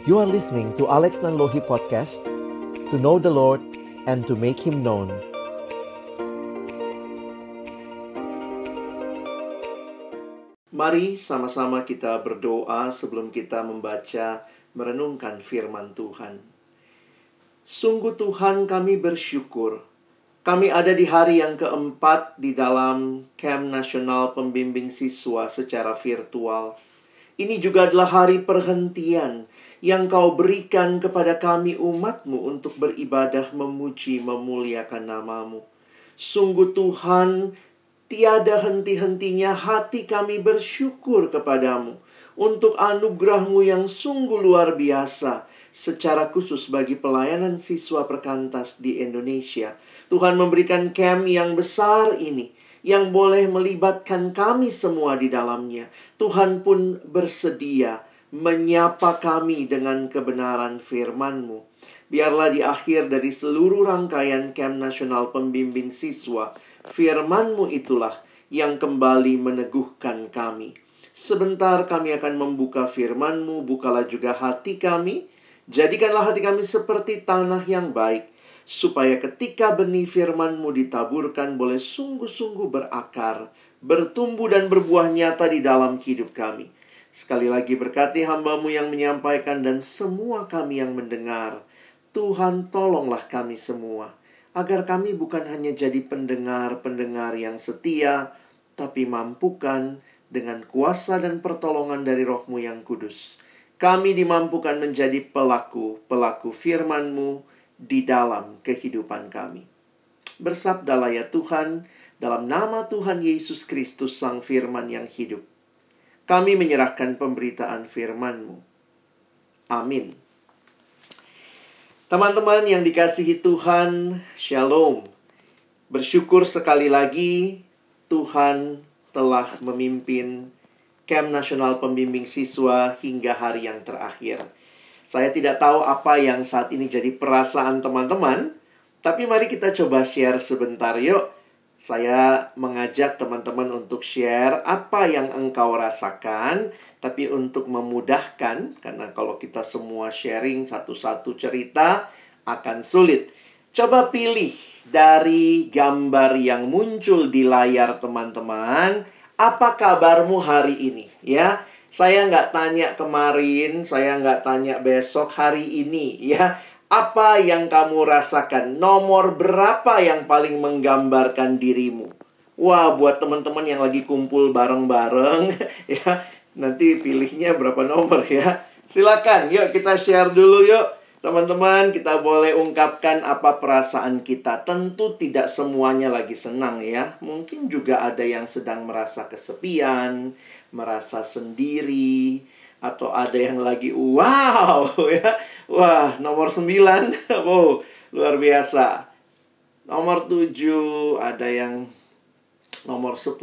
You are listening to Alex Nanlohi Podcast, to know the Lord and to make Him known. Mari sama-sama kita berdoa sebelum kita membaca, merenungkan firman Tuhan. Sungguh Tuhan, kami bersyukur. Kami ada di hari yang keempat di dalam Camp Nasional Pembimbing Siswa secara virtual. Ini juga adalah hari perhentian yang Kau berikan kepada kami umat-Mu untuk beribadah, memuji, memuliakan nama-Mu. Sungguh Tuhan, tiada henti-hentinya hati kami bersyukur kepadamu untuk anugerah-Mu yang sungguh luar biasa, secara khusus bagi pelayanan siswa perkantas di Indonesia. Tuhan memberikan camp yang besar ini, yang boleh melibatkan kami semua di dalamnya. Tuhan pun bersedia menyapa kami dengan kebenaran firman-Mu. Biarlah di akhir dari seluruh rangkaian Camp Nasional Pembimbing Siswa, firman-Mu itulah yang kembali meneguhkan kami. Sebentar kami akan membuka firman-Mu, bukalah juga hati kami. Jadikanlah hati kami seperti tanah yang baik, supaya ketika benih firman-Mu ditaburkan boleh sungguh-sungguh berakar, bertumbuh dan berbuah nyata di dalam hidup kami. Sekali lagi berkati hamba-Mu yang menyampaikan dan semua kami yang mendengar. Tuhan, tolonglah kami semua, agar kami bukan hanya jadi pendengar-pendengar yang setia, tapi mampukan dengan kuasa dan pertolongan dari Roh-Mu yang kudus, kami dimampukan menjadi pelaku firman-Mu di dalam kehidupan kami. Bersabdalah ya Tuhan, dalam nama Tuhan Yesus Kristus Sang Firman yang hidup, kami menyerahkan pemberitaan firman-Mu. Amin. Teman-teman yang dikasihi Tuhan, Shalom. Bersyukur sekali lagi Tuhan telah memimpin Camp Nasional Pembimbing Siswa hingga hari yang terakhir. Saya tidak tahu apa yang saat ini jadi perasaan teman-teman, tapi mari kita coba share sebentar yuk. Saya mengajak teman-teman untuk share apa yang engkau rasakan, tapi untuk memudahkan, karena kalau kita semua sharing satu-satu cerita akan sulit. Coba pilih dari gambar yang muncul di layar teman-teman, apa kabarmu hari ini? Ya, saya nggak tanya kemarin, saya nggak tanya besok, hari ini ya. Apa yang kamu rasakan? Nomor berapa yang paling menggambarkan dirimu? Wah, buat teman-teman yang lagi kumpul bareng-bareng ya, nanti pilihnya berapa nomor ya. Silakan, yuk kita share dulu yuk. Teman-teman, kita boleh ungkapkan apa perasaan kita. Tentu tidak semuanya lagi senang ya. Mungkin juga ada yang sedang merasa kesepian, merasa sendiri, atau ada yang lagi wow ya. Wah, nomor 9. Wow, luar biasa. Nomor 7, ada yang nomor 10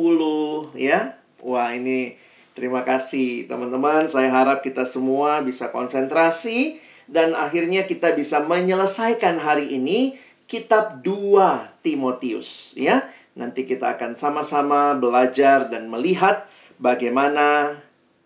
ya. Wah, ini terima kasih teman-teman. Saya harap kita semua bisa konsentrasi dan akhirnya kita bisa menyelesaikan hari ini kitab 2 Timotius ya. Nanti kita akan sama-sama belajar dan melihat bagaimana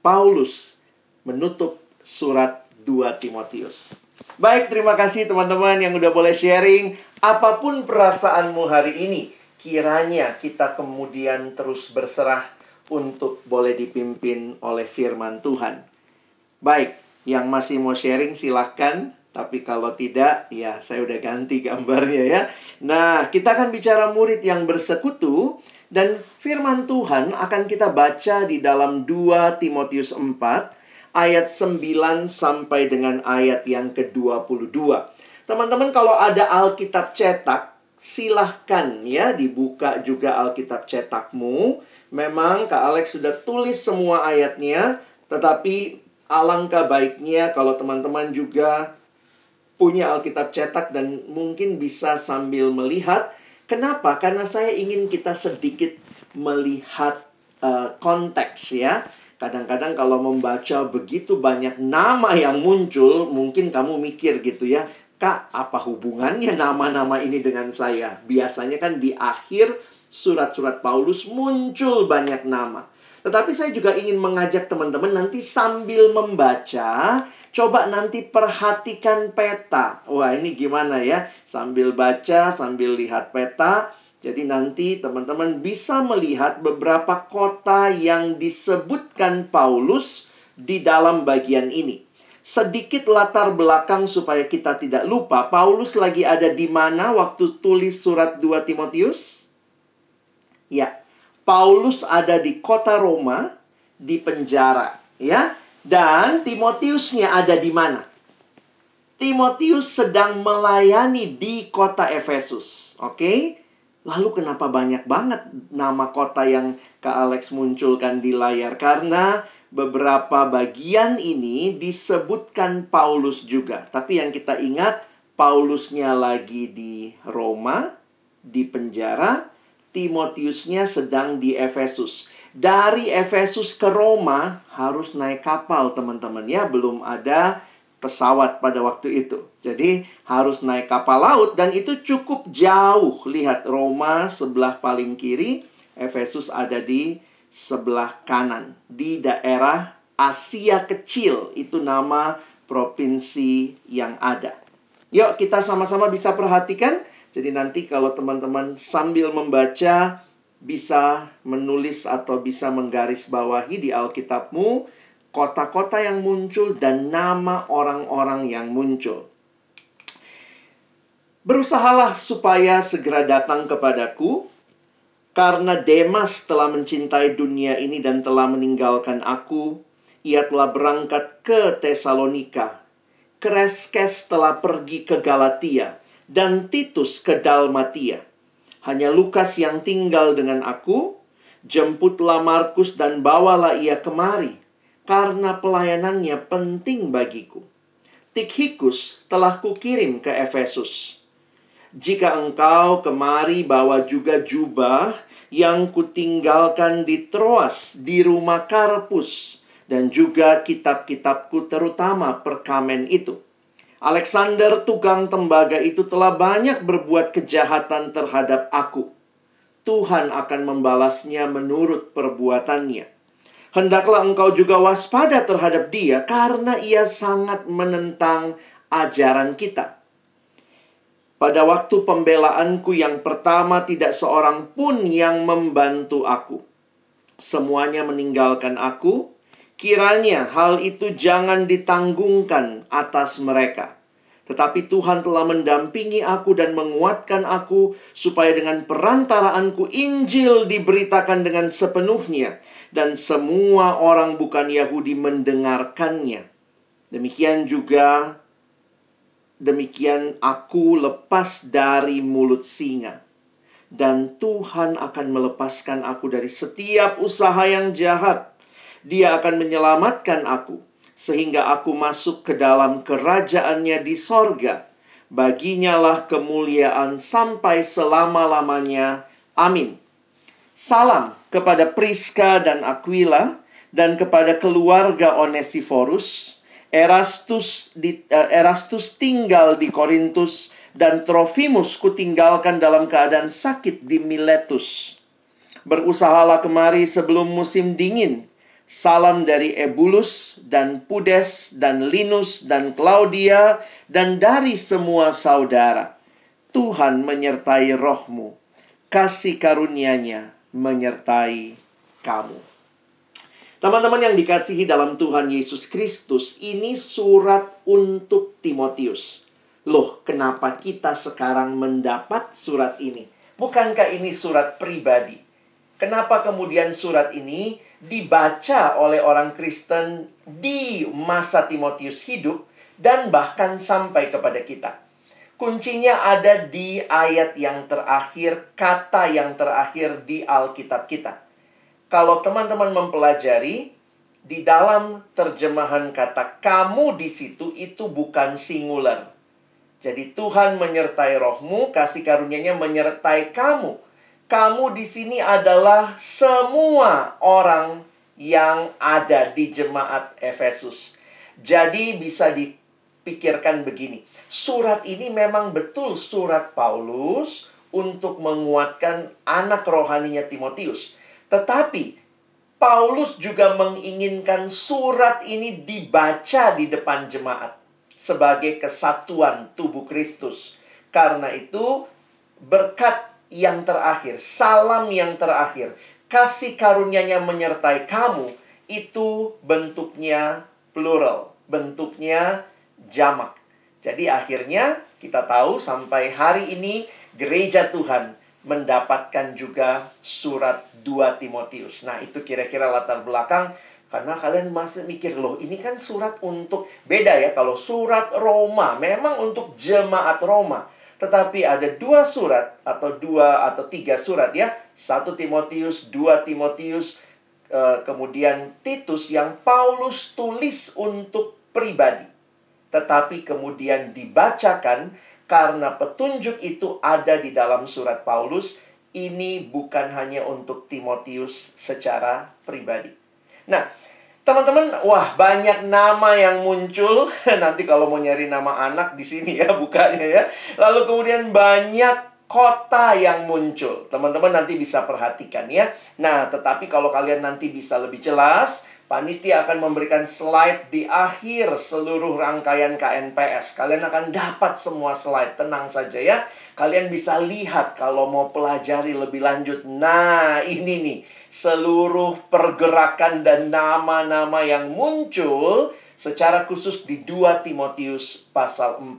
Paulus menutup surat 2 Timotius. Baik, terima kasih teman-teman yang udah boleh sharing. Apapun perasaanmu hari ini, kiranya kita kemudian terus berserah untuk boleh dipimpin oleh firman Tuhan. Baik, yang masih mau sharing silahkan. Tapi kalau tidak, ya saya udah ganti gambarnya ya. Nah, kita akan bicara murid yang bersekutu. Dan firman Tuhan akan kita baca di dalam 2 Timotius 4 ayat 9 sampai dengan ayat yang ke-22. Teman-teman, kalau ada Alkitab cetak, silahkan ya dibuka juga Alkitab cetakmu. Memang Kak Alex sudah tulis semua ayatnya, tetapi alangkah baiknya kalau teman-teman juga punya Alkitab cetak dan mungkin bisa sambil melihat. Kenapa? Karena saya ingin kita sedikit melihat konteks ya. Kadang-kadang kalau membaca begitu banyak nama yang muncul, mungkin kamu mikir gitu ya, Kak, apa hubungannya nama-nama ini dengan saya? Biasanya kan di akhir surat-surat Paulus muncul banyak nama. Tetapi saya juga ingin mengajak teman-teman nanti sambil membaca, Coba nanti perhatikan peta. Wah, ini gimana ya? Sambil baca, sambil lihat peta. Jadi nanti teman-teman bisa melihat beberapa kota yang disebutkan Paulus di dalam bagian ini. Sedikit latar belakang supaya kita tidak lupa. Paulus lagi ada di mana waktu tulis surat 2 Timotius? Ya, Paulus ada di kota Roma, di penjara, ya. Dan Timotiusnya ada di mana? Timotius sedang melayani di kota Efesus. Oke? Lalu kenapa banyak banget nama kota yang Kak Alex munculkan di layar? Karena beberapa bagian ini disebutkan Paulus juga. Tapi yang kita ingat, Paulusnya lagi di Roma, di penjara. Timotiusnya sedang di Efesus. Dari Efesus ke Roma harus naik kapal, teman-teman ya. Belum ada pesawat pada waktu itu. Jadi harus naik kapal laut dan itu cukup jauh. Lihat, Roma sebelah paling kiri, Efesus ada di sebelah kanan. Di daerah Asia Kecil, itu nama provinsi yang ada. Yuk kita sama-sama bisa perhatikan. Jadi nanti kalau teman-teman sambil membaca, bisa menulis atau bisa menggarisbawahi di Alkitabmu kota-kota yang muncul dan nama orang-orang yang muncul. Berusahalah supaya segera datang kepadaku, karena Demas telah mencintai dunia ini dan telah meninggalkan aku. Ia telah berangkat ke Tesalonika. Kreskes telah pergi ke Galatia, dan Titus ke Dalmatia. Hanya Lukas yang tinggal dengan aku. Jemputlah Markus dan bawalah ia kemari, karena pelayanannya penting bagiku. Tikhikus telah kukirim ke Efesus. Jika engkau kemari, bawa juga jubah yang kutinggalkan di Troas di rumah Karpus, dan juga kitab-kitabku terutama perkamen itu. Alexander tukang tembaga itu telah banyak berbuat kejahatan terhadap aku. Tuhan akan membalasnya menurut perbuatannya. Hendaklah engkau juga waspada terhadap dia, karena ia sangat menentang ajaran kita. Pada waktu pembelaanku yang pertama, tidak seorang pun yang membantu aku. Semuanya meninggalkan aku. Kiranya hal itu jangan ditanggungkan atas mereka. Tetapi Tuhan telah mendampingi aku dan menguatkan aku, supaya dengan perantaraanku Injil diberitakan dengan sepenuhnya, dan semua orang bukan Yahudi mendengarkannya. Demikian aku lepas dari mulut singa. Dan Tuhan akan melepaskan aku dari setiap usaha yang jahat. Dia akan menyelamatkan aku, sehingga aku masuk ke dalam kerajaannya di sorga. Baginya lah kemuliaan sampai selama-lamanya. Amin. Salam kepada Priska dan Aquila, dan kepada keluarga Onesiforus. Erastus tinggal di Korintus, dan Trofimus kutinggalkan dalam keadaan sakit di Miletus. Berusahalah kemari sebelum musim dingin. Salam dari Ebulus dan Pudes dan Linus dan Claudia dan dari semua saudara. Tuhan menyertai rohmu. Kasih karunia-Nya menyertai kamu. Teman-teman yang dikasihi dalam Tuhan Yesus Kristus, ini surat untuk Timotius. Loh, kenapa kita sekarang mendapat surat ini? Bukankah ini surat pribadi? Kenapa kemudian surat ini dibaca oleh orang Kristen di masa Timotius hidup dan bahkan sampai kepada kita? Kuncinya ada di ayat yang terakhir, kata yang terakhir di Alkitab kita. Kalau teman-teman mempelajari, di dalam terjemahan kata kamu di situ itu bukan singular. Jadi Tuhan menyertai rohmu, kasih karunia-Nya menyertai kamu. Kamu di sini adalah semua orang yang ada di jemaat Efesus. Jadi bisa dipikirkan begini. Surat ini memang betul surat Paulus untuk menguatkan anak rohaninya Timotius. Tetapi Paulus juga menginginkan surat ini dibaca di depan jemaat sebagai kesatuan tubuh Kristus. Karena itu, berkat yang terakhir, salam yang terakhir, kasih karunia-Nya menyertai kamu, itu bentuknya plural, bentuknya jamak. Jadi akhirnya kita tahu sampai hari ini gereja Tuhan mendapatkan juga surat 2 Timotius. Nah, itu kira-kira latar belakang. Karena kalian masih mikir, loh ini kan surat untuk, beda ya, kalau surat Roma memang untuk jemaat Roma. Tetapi ada 2 surat atau 2 atau 3 surat ya. 1 Timotius, 2 Timotius, kemudian Titus yang Paulus tulis untuk pribadi. Tetapi kemudian dibacakan karena petunjuk itu ada di dalam surat Paulus. Ini bukan hanya untuk Timotius secara pribadi. Nah, teman-teman, wah banyak nama yang muncul. Nanti kalau mau nyari nama anak di sini ya bukanya ya. Lalu kemudian banyak kota yang muncul. Teman-teman nanti bisa perhatikan ya. Nah, tetapi kalau kalian nanti bisa lebih jelas, panitia akan memberikan slide di akhir seluruh rangkaian KNPS. Kalian akan dapat semua slide, tenang saja ya. Kalian bisa lihat kalau mau pelajari lebih lanjut. Nah, ini nih, seluruh pergerakan dan nama-nama yang muncul secara khusus di 2 Timotius pasal 4.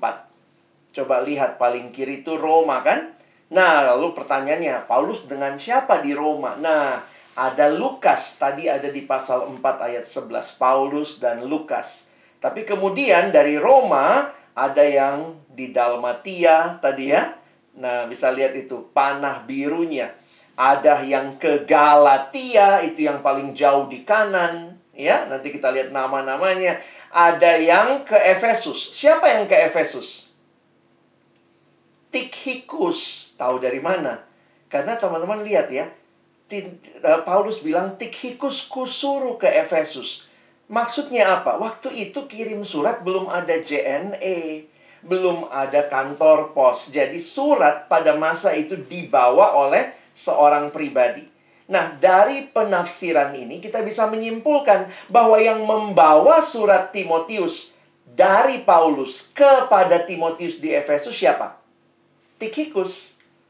Coba lihat paling kiri itu Roma kan? Nah, lalu pertanyaannya, Paulus dengan siapa di Roma? Nah, ada Lukas, tadi ada di pasal 4 ayat 11, Paulus dan Lukas. Tapi kemudian dari Roma, ada yang di Dalmatia tadi ya. Nah, bisa lihat itu, panah birunya. Ada yang ke Galatia, itu yang paling jauh di kanan. Ya, nanti kita lihat nama-namanya. Ada yang ke Efesus. Siapa yang ke Efesus? Tikhikus. Tahu dari mana? Karena teman-teman lihat ya, Paulus bilang, Tikhikus kusuruh ke Efesus. Maksudnya apa? Waktu itu kirim surat belum ada JNE, belum ada kantor pos. Jadi surat pada masa itu dibawa oleh seorang pribadi. Nah, dari penafsiran ini kita bisa menyimpulkan bahwa yang membawa surat Timotius dari Paulus kepada Timotius di Efesus siapa? Tikhikus.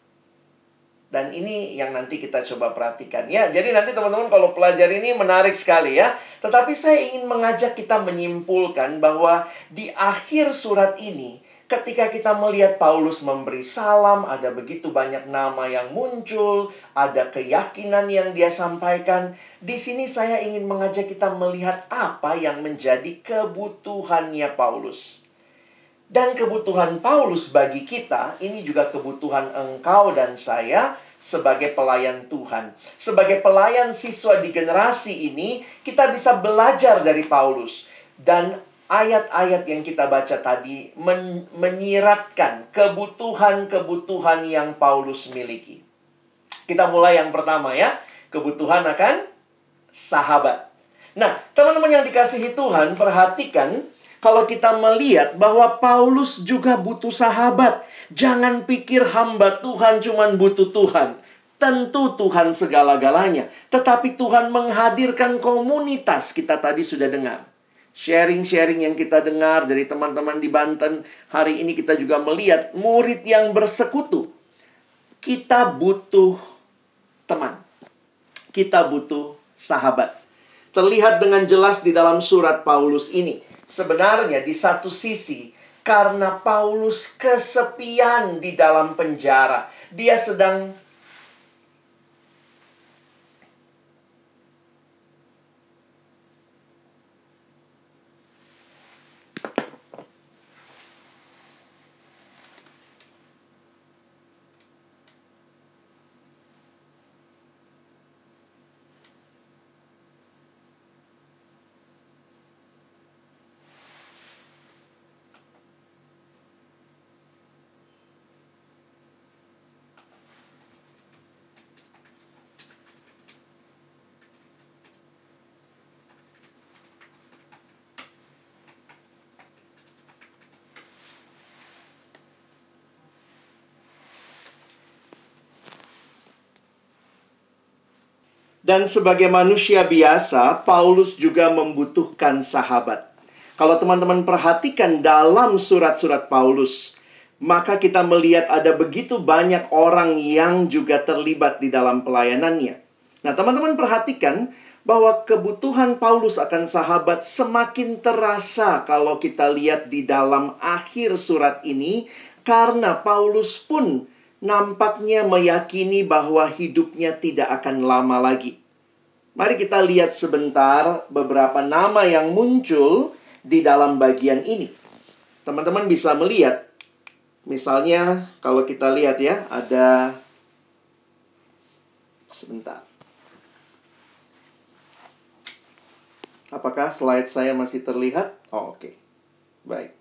Dan ini yang nanti kita coba perhatikan ya. Jadi nanti teman-teman kalau pelajari ini menarik sekali ya. Tetapi saya ingin mengajak kita menyimpulkan bahwa di akhir surat ini, ketika kita melihat Paulus memberi salam, ada begitu banyak nama yang muncul, ada keyakinan yang dia sampaikan. Di sini saya ingin mengajak kita melihat apa yang menjadi kebutuhannya Paulus. Dan kebutuhan Paulus bagi kita, ini juga kebutuhan engkau dan saya sebagai pelayan Tuhan. Sebagai pelayan siswa di generasi ini, kita bisa belajar dari Paulus. Dan ayat-ayat yang kita baca tadi menyiratkan kebutuhan-kebutuhan yang Paulus miliki. Kita mulai yang pertama ya, kebutuhan akan sahabat. Nah, teman-teman yang dikasihi Tuhan, perhatikan kalau kita melihat bahwa Paulus juga butuh sahabat. Jangan pikir hamba Tuhan cuman butuh Tuhan. Tentu Tuhan segala-galanya. Tetapi Tuhan menghadirkan komunitas. Kita tadi sudah dengar. Sharing-sharing yang kita dengar dari teman-teman di Banten. Hari ini kita juga melihat murid yang bersekutu. Kita butuh teman. Kita butuh sahabat. Terlihat dengan jelas di dalam surat Paulus ini. Sebenarnya di satu sisi, karena Paulus kesepian di dalam penjara. Dia sedang Dan sebagai manusia biasa, Paulus juga membutuhkan sahabat. Kalau teman-teman perhatikan dalam surat-surat Paulus, maka kita melihat ada begitu banyak orang yang juga terlibat di dalam pelayanannya. Nah, teman-teman perhatikan bahwa kebutuhan Paulus akan sahabat semakin terasa kalau kita lihat di dalam akhir surat ini, karena Paulus pun nampaknya meyakini bahwa hidupnya tidak akan lama lagi. Mari kita lihat sebentar beberapa nama yang muncul di dalam bagian ini. Teman-teman bisa melihat, misalnya kalau kita lihat ya, ada sebentar. Apakah slide saya masih terlihat? Oh, oke. Baik.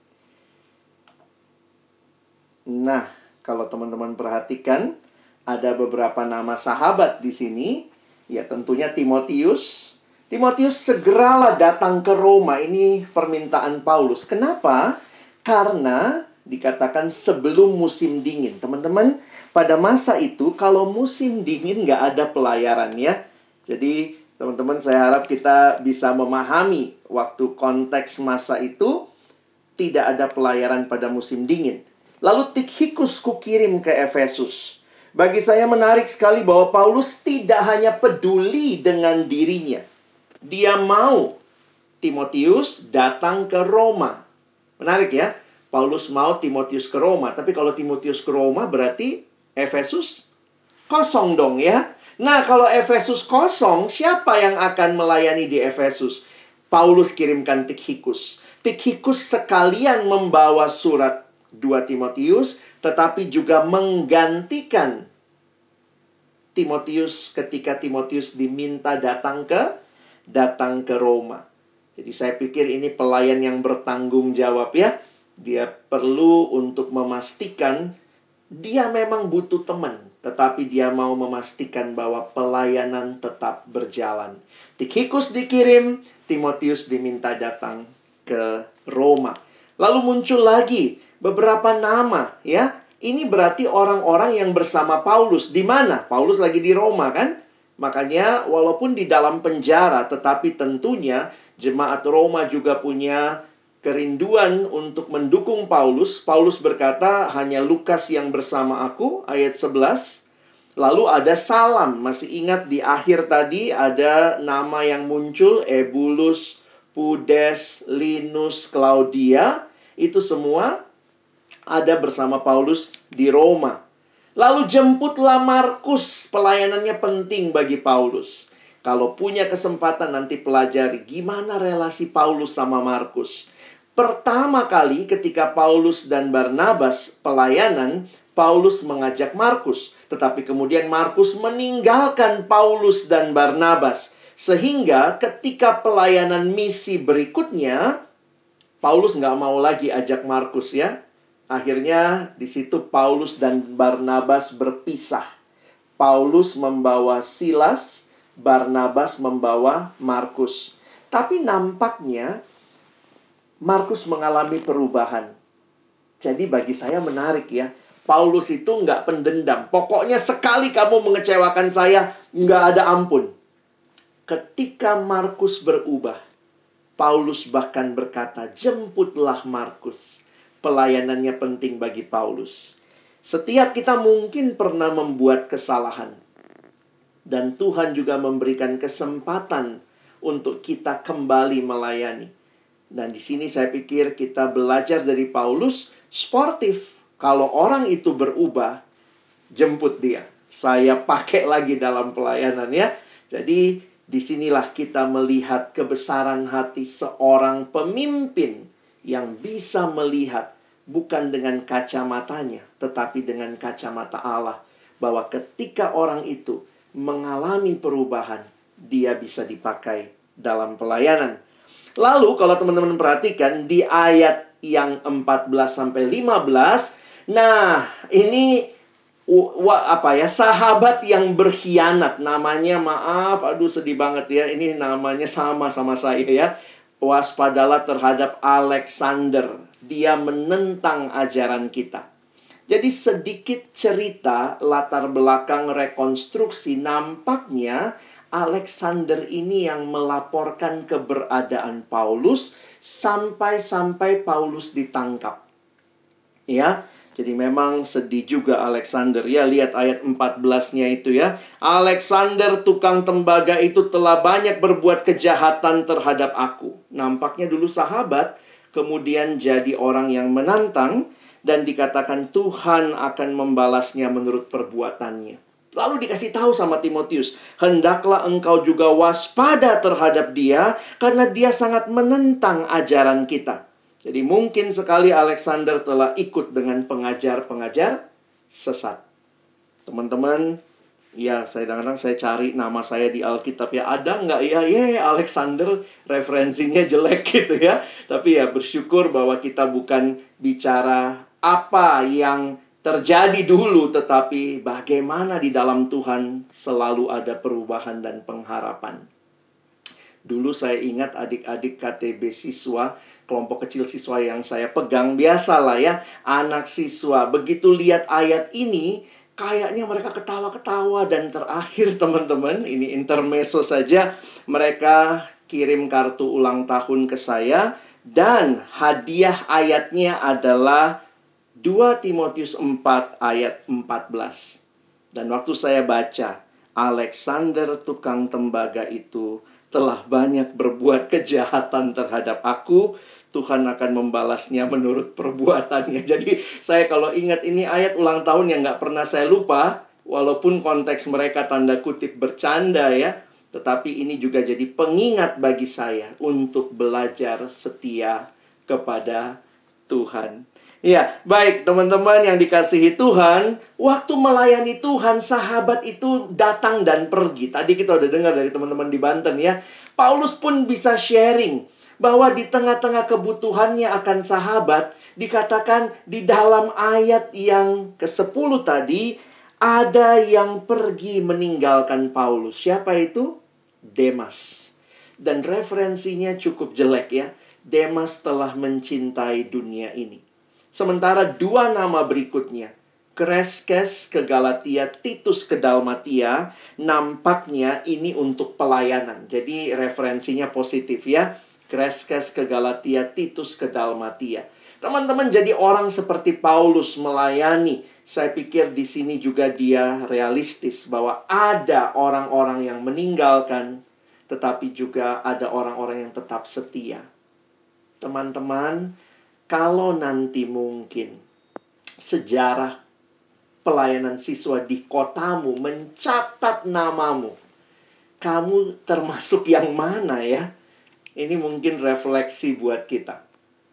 Nah, kalau teman-teman perhatikan, ada beberapa nama sahabat di sini. Ya, tentunya Timotius. Timotius segeralah datang ke Roma. Ini permintaan Paulus. Kenapa? Karena dikatakan sebelum musim dingin. Teman-teman, pada masa itu kalau musim dingin nggak ada pelayaran ya. Jadi, teman-teman, saya harap kita bisa memahami waktu konteks masa itu tidak ada pelayaran pada musim dingin. Lalu Tikhikus kukirim ke Efesus. Bagi saya menarik sekali bahwa Paulus tidak hanya peduli dengan dirinya. Dia mau Timotius datang ke Roma. Menarik ya. Paulus mau Timotius ke Roma. Tapi kalau Timotius ke Roma berarti Efesus kosong dong ya. Nah, kalau Efesus kosong, siapa yang akan melayani di Efesus? Paulus kirimkan Tikhikus. Tikhikus sekalian membawa surat 2 Timotius, tetapi juga menggantikan Timotius ketika Timotius diminta datang ke Roma. Jadi saya pikir ini pelayan yang bertanggung jawab ya. Dia perlu untuk memastikan dia memang butuh teman, tetapi dia mau memastikan bahwa pelayanan tetap berjalan. Tikhikus dikirim, Timotius diminta datang ke Roma. Lalu muncul lagi beberapa nama ya. Ini berarti orang-orang yang bersama Paulus. Di mana? Paulus lagi di Roma kan? Makanya walaupun di dalam penjara, tetapi tentunya jemaat Roma juga punya kerinduan untuk mendukung Paulus. Paulus berkata, hanya Lukas yang bersama aku, ayat 11. Lalu ada salam. Masih ingat di akhir tadi ada nama yang muncul, Ebulus, Pudes, Linus, Claudia. Itu semua ada bersama Paulus di Roma. Lalu jemputlah Markus. Pelayanannya penting bagi Paulus. Kalau punya kesempatan nanti pelajari gimana relasi Paulus sama Markus. Pertama kali ketika Paulus dan Barnabas pelayanan, Paulus mengajak Markus. Tetapi kemudian Markus meninggalkan Paulus dan Barnabas. Sehingga ketika pelayanan misi berikutnya, Paulus nggak mau lagi ajak Markus ya. Akhirnya di situ Paulus dan Barnabas berpisah. Paulus membawa Silas, Barnabas membawa Markus. Tapi nampaknya Markus mengalami perubahan. Jadi bagi saya menarik ya. Paulus itu nggak pendendam. Pokoknya sekali kamu mengecewakan saya, nggak ada ampun. Ketika Markus berubah, Paulus bahkan berkata, jemputlah Markus. Pelayanannya penting bagi Paulus. Setiap kita mungkin pernah membuat kesalahan. Dan Tuhan juga memberikan kesempatan untuk kita kembali melayani. Dan di sini saya pikir kita belajar dari Paulus, sportif. Kalau orang itu berubah, jemput dia. Saya pakai lagi dalam pelayanan ya. Jadi disinilah kita melihat kebesaran hati seorang pemimpin yang bisa melihat bukan dengan kacamatanya, tetapi dengan kacamata Allah. Bahwa ketika orang itu mengalami perubahan, dia bisa dipakai dalam pelayanan. Lalu kalau teman-teman perhatikan di ayat yang 14-15, nah ini sahabat yang berkhianat. Namanya maaf, aduh sedih banget ya. Ini namanya sama saya ya. Waspadalah terhadap Alexander. Dia menentang ajaran kita. Jadi sedikit cerita latar belakang rekonstruksi. Nampaknya Alexander ini yang melaporkan keberadaan Paulus sampai Paulus ditangkap. Ya, jadi memang sedih juga Alexander. Ya, lihat ayat 14-nya itu ya. Alexander tukang tembaga itu telah banyak berbuat kejahatan terhadap aku. Nampaknya dulu sahabat, kemudian jadi orang yang menantang, dan dikatakan Tuhan akan membalasnya menurut perbuatannya. Lalu dikasih tahu sama Timotius, hendaklah engkau juga waspada terhadap dia, karena dia sangat menentang ajaran kita. Jadi mungkin sekali Alexander telah ikut dengan pengajar-pengajar sesat. Teman-teman, ya kadang-kadang saya cari nama saya di Alkitab ya, ada nggak ya? Alexander referensinya jelek gitu ya. Tapi ya bersyukur bahwa kita bukan bicara apa yang terjadi dulu, tetapi bagaimana di dalam Tuhan selalu ada perubahan dan pengharapan. Dulu saya ingat adik-adik KTB siswa, kelompok kecil siswa yang saya pegang, biasalah ya, anak siswa begitu lihat ayat ini, kayaknya mereka ketawa-ketawa. Dan terakhir teman-teman, ini intermezzo saja, mereka kirim kartu ulang tahun ke saya, dan hadiah ayatnya adalah 2 Timotius 4 ayat 14. Dan waktu saya baca, Alexander tukang tembaga itu telah banyak berbuat kejahatan terhadap aku, Tuhan akan membalasnya menurut perbuatannya. Jadi saya kalau ingat ini ayat ulang tahun yang gak pernah saya lupa, walaupun konteks mereka tanda kutip bercanda ya, tetapi ini juga jadi pengingat bagi saya untuk belajar setia kepada Tuhan. Ya, baik teman-teman yang dikasihi Tuhan, waktu melayani Tuhan, sahabat itu datang dan pergi. Tadi kita udah dengar dari teman-teman di Banten ya. Paulus pun bisa sharing bahwa di tengah-tengah kebutuhannya akan sahabat, dikatakan di dalam ayat yang ke-10 tadi, ada yang pergi meninggalkan Paulus. Siapa itu? Demas. Dan referensinya cukup jelek ya. Demas telah mencintai dunia ini. Sementara 2 nama berikutnya, Kreskes ke Galatia, Titus ke Dalmatia, nampaknya ini untuk pelayanan. Jadi referensinya positif ya. Kreskes ke Galatia, Titus ke Dalmatia. Teman-teman, jadi orang seperti Paulus melayani. Saya pikir di sini juga dia realistis bahwa ada orang-orang yang meninggalkan, tetapi juga ada orang-orang yang tetap setia. Teman-teman, kalau nanti mungkin sejarah pelayanan siswa di kotamu mencatat namamu, kamu termasuk yang mana ya? Ini mungkin refleksi buat kita.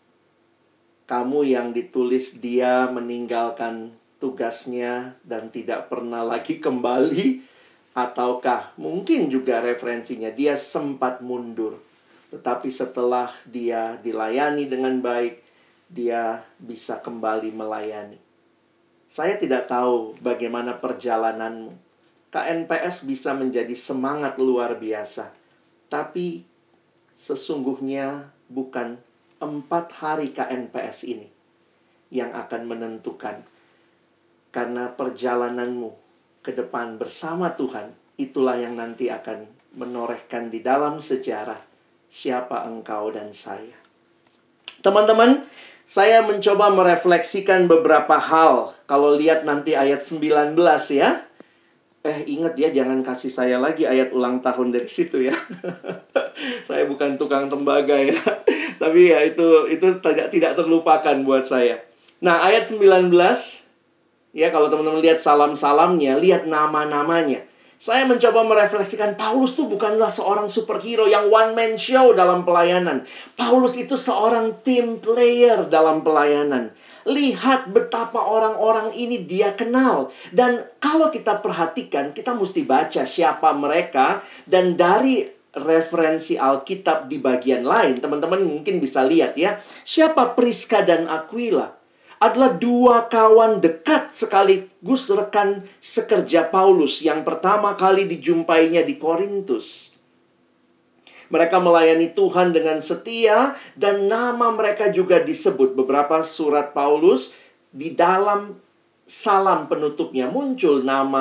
Kamu yang ditulis dia meninggalkan tugasnya dan tidak pernah lagi kembali, ataukah mungkin juga referensinya dia sempat mundur, tetapi setelah dia dilayani dengan baik, dia bisa kembali melayani. Saya tidak tahu bagaimana perjalananmu. KNPS bisa menjadi semangat luar biasa. Tapi sesungguhnya bukan 4 hari KNPS ini yang akan menentukan. Karena perjalananmu ke depan bersama Tuhan, itulah yang nanti akan menorehkan di dalam sejarah siapa engkau dan saya. Teman-teman, saya mencoba merefleksikan beberapa hal. Kalau lihat nanti ayat 19 ya. Ingat ya, jangan kasih saya lagi ayat ulang tahun dari situ ya. Saya bukan tukang tembaga ya. Tapi ya itu tidak terlupakan buat saya. Nah, ayat 19 ya, kalau teman-teman lihat salam-salamnya, lihat nama-namanya. Saya mencoba merefleksikan, Paulus tuh bukanlah seorang superhero yang one man show dalam pelayanan. Paulus itu seorang team player dalam pelayanan. Lihat betapa orang-orang ini dia kenal. Dan kalau kita perhatikan, kita mesti baca siapa mereka. Dan dari referensi Alkitab di bagian lain, teman-teman mungkin bisa lihat ya. Siapa Priska dan Aquila? Adalah 2 kawan dekat sekaligus rekan sekerja Paulus yang pertama kali dijumpainya di Korintus. Mereka melayani Tuhan dengan setia dan nama mereka juga disebut. Beberapa surat Paulus di dalam salam penutupnya muncul nama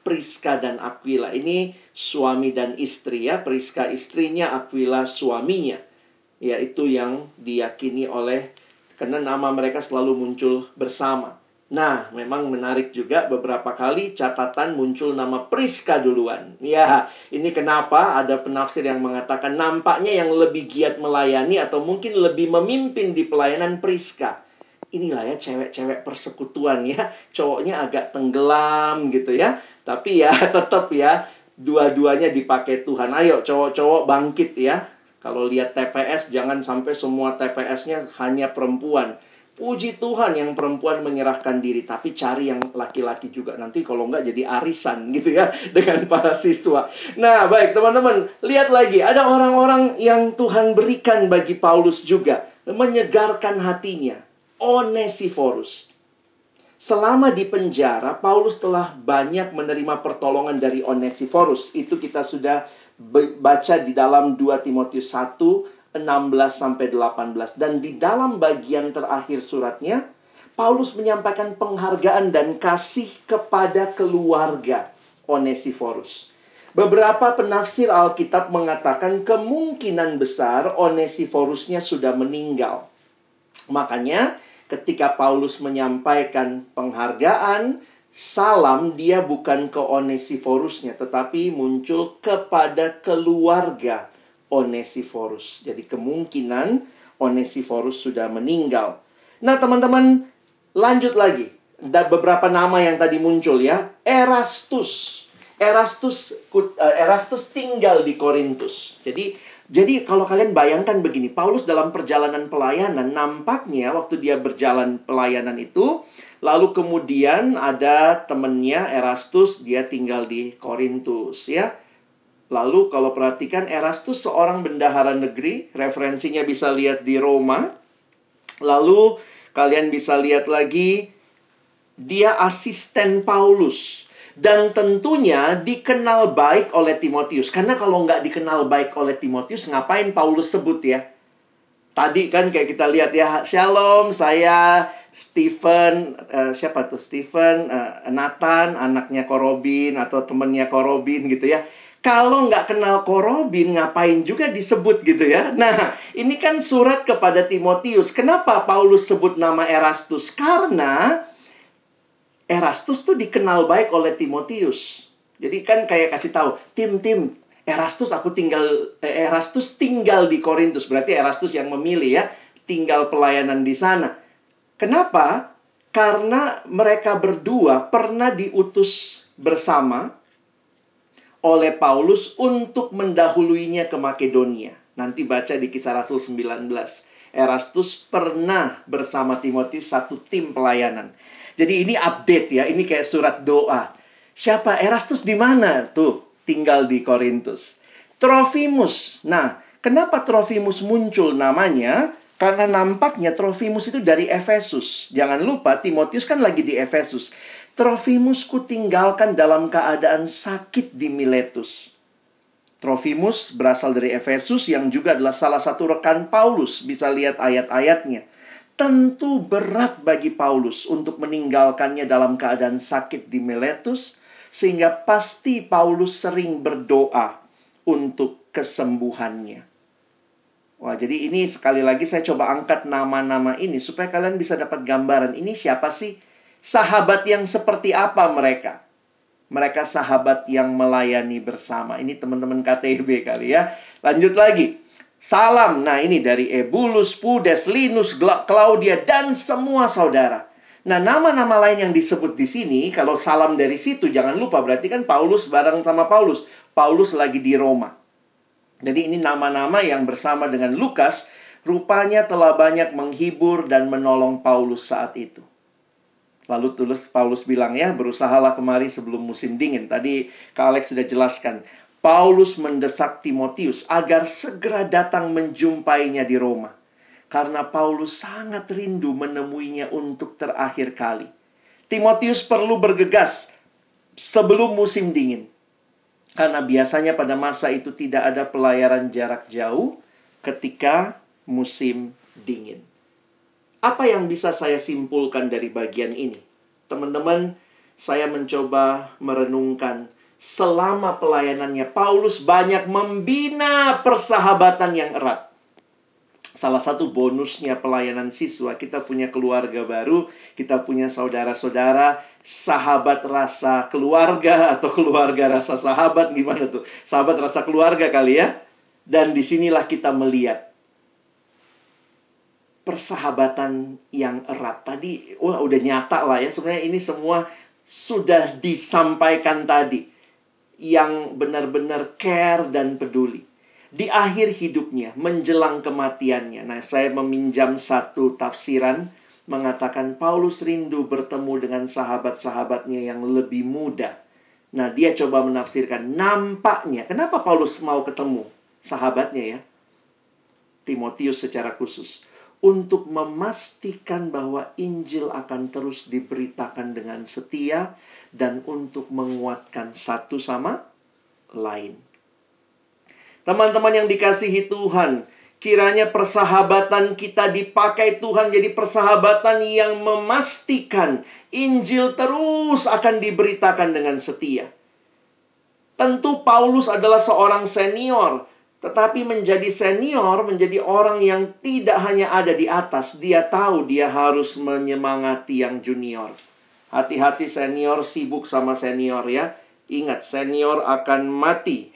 Priska dan Aquila. Ini suami dan istri ya. Priska istrinya, Aquila suaminya. Ya, itu yang diyakini oleh, karena nama mereka selalu muncul bersama. Nah, memang menarik juga beberapa kali catatan muncul nama Priska duluan. Ya, ini kenapa ada penafsir yang mengatakan nampaknya yang lebih giat melayani atau mungkin lebih memimpin di pelayanan Priska. Inilah ya cewek-cewek persekutuan ya. Cowoknya agak tenggelam gitu ya. Tapi ya tetap ya, dua-duanya dipakai Tuhan. Ayo cowok-cowok bangkit ya. Kalau lihat TPS, jangan sampai semua TPS-nya hanya perempuan. Puji Tuhan yang perempuan menyerahkan diri, tapi cari yang laki-laki juga. Nanti kalau enggak jadi arisan gitu ya dengan para siswa. Nah, baik teman-teman, lihat lagi. Ada orang-orang yang Tuhan berikan bagi Paulus juga. Menyegarkan hatinya. Onesiphorus. Selama di penjara, Paulus telah banyak menerima pertolongan dari Onesiphorus. Itu kita sudah baca di dalam 2 Timotius 1, 16-18. Dan di dalam bagian terakhir suratnya, Paulus menyampaikan penghargaan dan kasih kepada keluarga Onesiphorus. Beberapa penafsir Alkitab mengatakan kemungkinan besar Onesiphorusnya sudah meninggal. Makanya ketika Paulus menyampaikan penghargaan, salam, dia bukan ke Onesiphorusnya, tetapi muncul kepada keluarga Onesiphorus. Jadi kemungkinan Onesiphorus sudah meninggal. Nah teman-teman, lanjut lagi. Ada beberapa nama yang tadi muncul ya. Erastus tinggal di Korintus. Jadi kalau kalian bayangkan begini, Paulus dalam perjalanan pelayanan, nampaknya waktu dia berjalan pelayanan itu, lalu kemudian ada temannya Erastus, dia tinggal di Korintus ya. Lalu kalau perhatikan, Erastus seorang bendahara negeri, referensinya bisa lihat di Roma. Lalu kalian bisa lihat lagi, dia asisten Paulus. Dan tentunya dikenal baik oleh Timotius. Karena kalau nggak dikenal baik oleh Timotius, ngapain Paulus sebut ya? Tadi kan kayak kita lihat ya, Shalom, saya Stephen, siapa tuh? Stephen, Nathan, anaknya Korobin atau temennya Korobin gitu ya. Kalau nggak kenal Korobin, ngapain juga disebut gitu ya. Nah, ini kan surat kepada Timotius. Kenapa Paulus sebut nama Erastus? Karena Erastus tuh dikenal baik oleh Timotius. Jadi kan kayak kasih tahu, tim, Erastus tinggal di Korintus. Berarti Erastus yang memilih ya, tinggal pelayanan di sana. Kenapa? Karena mereka berdua pernah diutus bersama oleh Paulus untuk mendahuluinya ke Makedonia. Nanti baca di Kisah Rasul 19. Erastus pernah bersama Timotius satu tim pelayanan. Jadi ini update ya, ini kayak surat doa. Siapa? Erastus di mana? Tuh, tinggal di Korintus. Trofimus. Nah, kenapa Trofimus muncul namanya? Karena nampaknya Trofimus itu dari Efesus. Jangan lupa, Timotius kan lagi di Efesus. Trofimus kutinggalkan dalam keadaan sakit di Miletus. Trofimus berasal dari Efesus yang juga adalah salah satu rekan Paulus. Bisa lihat ayat-ayatnya. Tentu berat bagi Paulus untuk meninggalkannya dalam keadaan sakit di Miletus. Sehingga pasti Paulus sering berdoa untuk kesembuhannya. Wah, jadi ini sekali lagi saya coba angkat nama-nama ini supaya kalian bisa dapat gambaran. Ini siapa sih? Sahabat yang seperti apa mereka? Mereka sahabat yang melayani bersama. Ini teman-teman KTB kali ya. Lanjut lagi. Salam. Nah, ini dari Ebulus, Pudes, Linus, Claudia, dan semua saudara. Nah, nama-nama lain yang disebut di sini, kalau salam dari situ, jangan lupa. Berarti kan Paulus bareng sama Paulus. Paulus lagi di Roma. Jadi ini nama-nama yang bersama dengan Lukas, rupanya telah banyak menghibur dan menolong Paulus saat itu. Lalu Paulus bilang ya, berusahalah kemari sebelum musim dingin. Tadi Kak Alex sudah jelaskan. Paulus mendesak Timotius agar segera datang menjumpainya di Roma. Karena Paulus sangat rindu menemuinya untuk terakhir kali. Timotius perlu bergegas sebelum musim dingin. Karena biasanya pada masa itu tidak ada pelayaran jarak jauh ketika musim dingin. Apa yang bisa saya simpulkan dari bagian ini? Teman-teman, saya mencoba merenungkan selama pelayanannya Paulus banyak membina persahabatan yang erat. Salah satu bonusnya pelayanan siswa, kita punya keluarga baru, kita punya saudara-saudara, sahabat rasa keluarga atau keluarga rasa sahabat, gimana tuh? Sahabat rasa keluarga kali ya. Dan disinilah kita melihat persahabatan yang erat. Tadi, udah nyata lah ya. Sebenarnya ini semua sudah disampaikan tadi. Yang benar-benar care dan peduli. Di akhir hidupnya, menjelang kematiannya. Nah, saya meminjam satu tafsiran mengatakan Paulus rindu bertemu dengan sahabat-sahabatnya yang lebih muda. Nah, dia coba menafsirkan nampaknya. Kenapa Paulus mau ketemu sahabatnya ya? Timotius secara khusus. Untuk memastikan bahwa Injil akan terus diberitakan dengan setia dan untuk menguatkan satu sama lain. Teman-teman yang dikasihi Tuhan, kiranya persahabatan kita dipakai Tuhan jadi persahabatan yang memastikan Injil terus akan diberitakan dengan setia. Tentu Paulus adalah seorang senior, tetapi menjadi senior, menjadi orang yang tidak hanya ada di atas. Dia tahu dia harus menyemangati yang junior. Hati-hati senior sibuk sama senior ya. Ingat, senior akan mati.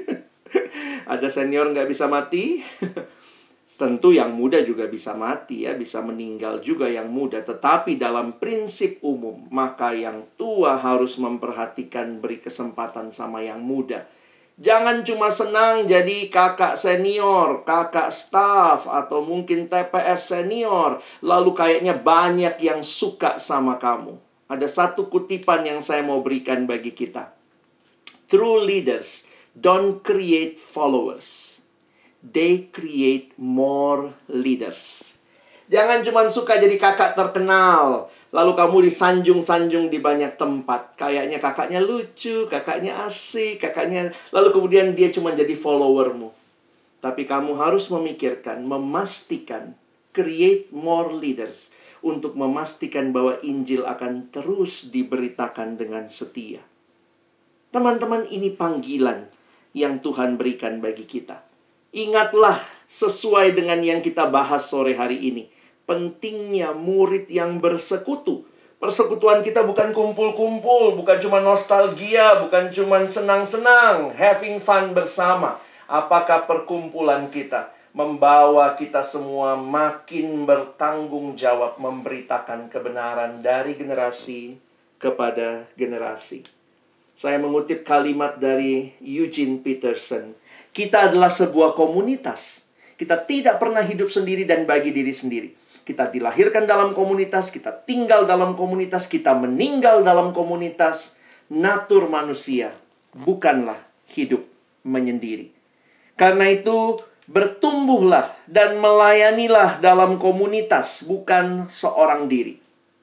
Ada senior nggak bisa mati? Tentu yang muda juga bisa mati ya. Bisa meninggal juga yang muda. Tetapi dalam prinsip umum, maka yang tua harus memperhatikan, beri kesempatan sama yang muda. Jangan cuma senang jadi kakak senior, kakak staff, atau mungkin TPS senior. Lalu kayaknya banyak yang suka sama kamu. Ada satu kutipan yang saya mau berikan bagi kita. True leaders don't create followers. They create more leaders. Jangan cuma suka jadi kakak terkenal. Lalu kamu disanjung-sanjung di banyak tempat. Kayaknya kakaknya lucu, kakaknya asik, kakaknya... Lalu kemudian dia cuma jadi followermu. Tapi kamu harus memikirkan, memastikan, create more leaders. Untuk memastikan bahwa Injil akan terus diberitakan dengan setia. Teman-teman, ini panggilan yang Tuhan berikan bagi kita. Ingatlah sesuai dengan yang kita bahas sore hari ini. Pentingnya murid yang bersekutu. Persekutuan kita bukan kumpul-kumpul, bukan cuma nostalgia, bukan cuma senang-senang, having fun bersama. Apakah perkumpulan kita membawa kita semua makin bertanggung jawab memberitakan kebenaran dari generasi kepada generasi? Saya mengutip kalimat dari Eugene Peterson. Kita adalah sebuah komunitas. Kita tidak pernah hidup sendiri dan bagi diri sendiri. Kita dilahirkan dalam komunitas, kita tinggal dalam komunitas, kita meninggal dalam komunitas. Natur manusia bukanlah hidup menyendiri. Karena itu, bertumbuhlah dan melayanilah dalam komunitas, bukan seorang diri.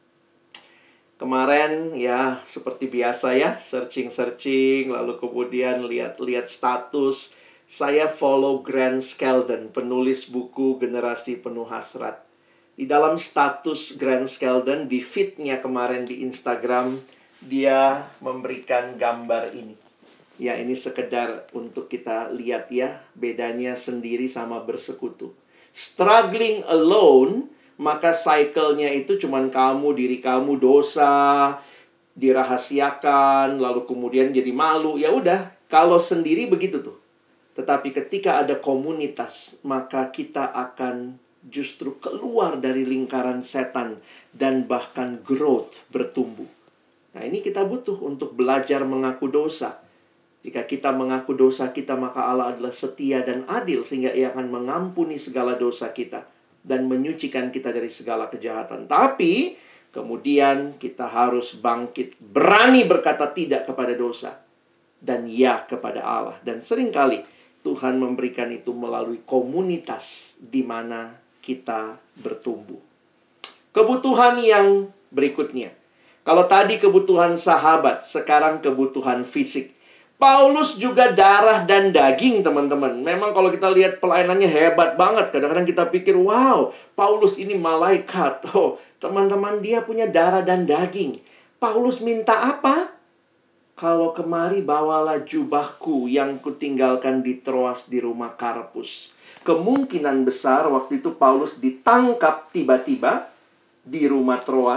Kemarin ya seperti biasa ya, searching-searching, lalu kemudian lihat-lihat status. Saya follow Grant Skeldon, penulis buku Generasi Penuh Hasrat. Di dalam status Grant Skeldon, di feed-nya kemarin di Instagram, dia memberikan gambar ini. Ya, ini sekedar untuk kita lihat ya, bedanya sendiri sama bersekutu. Struggling alone, maka cycle-nya itu cuman kamu, diri kamu, dosa, dirahasiakan, lalu kemudian jadi malu. Ya udah, kalau sendiri begitu tuh. Tetapi ketika ada komunitas, maka kita akan justru keluar dari lingkaran setan dan bahkan growth, bertumbuh. Nah, ini kita butuh untuk belajar mengaku dosa. Jika kita mengaku dosa kita, maka Allah adalah setia dan adil sehingga Ia akan mengampuni segala dosa kita dan menyucikan kita dari segala kejahatan. Tapi kemudian kita harus bangkit, berani berkata tidak kepada dosa dan ya kepada Allah. Dan seringkali Tuhan memberikan itu melalui komunitas di mana kita bertumbuh. Kebutuhan yang berikutnya. Kalau tadi kebutuhan sahabat, sekarang kebutuhan fisik. Paulus juga darah dan daging, teman-teman. Memang kalau kita lihat pelayanannya hebat banget. Kadang-kadang kita pikir, wow, Paulus ini malaikat. Oh, teman-teman, dia punya darah dan daging. Paulus minta apa? Kalau kemari bawalah jubahku yang kutinggalkan di Troas di rumah Karpus. Kemungkinan besar waktu itu Paulus ditangkap tiba-tiba di rumah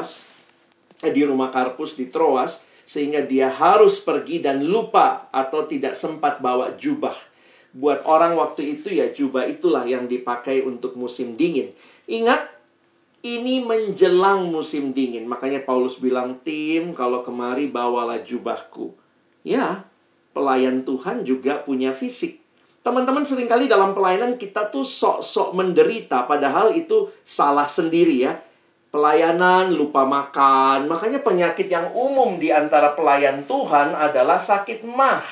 di rumah Karpus di Troas, sehingga dia harus pergi dan lupa atau tidak sempat bawa jubah. Buat orang waktu itu ya, jubah itulah yang dipakai untuk musim dingin. Ingat, ini menjelang musim dingin. Makanya Paulus bilang, tim, kalau kemari bawalah jubahku. Ya, pelayan Tuhan juga punya fisik. Teman-teman, seringkali dalam pelayanan kita tuh sok-sok menderita. Padahal itu salah sendiri ya. Pelayanan, lupa makan. Makanya penyakit yang umum di antara pelayan Tuhan adalah sakit mah.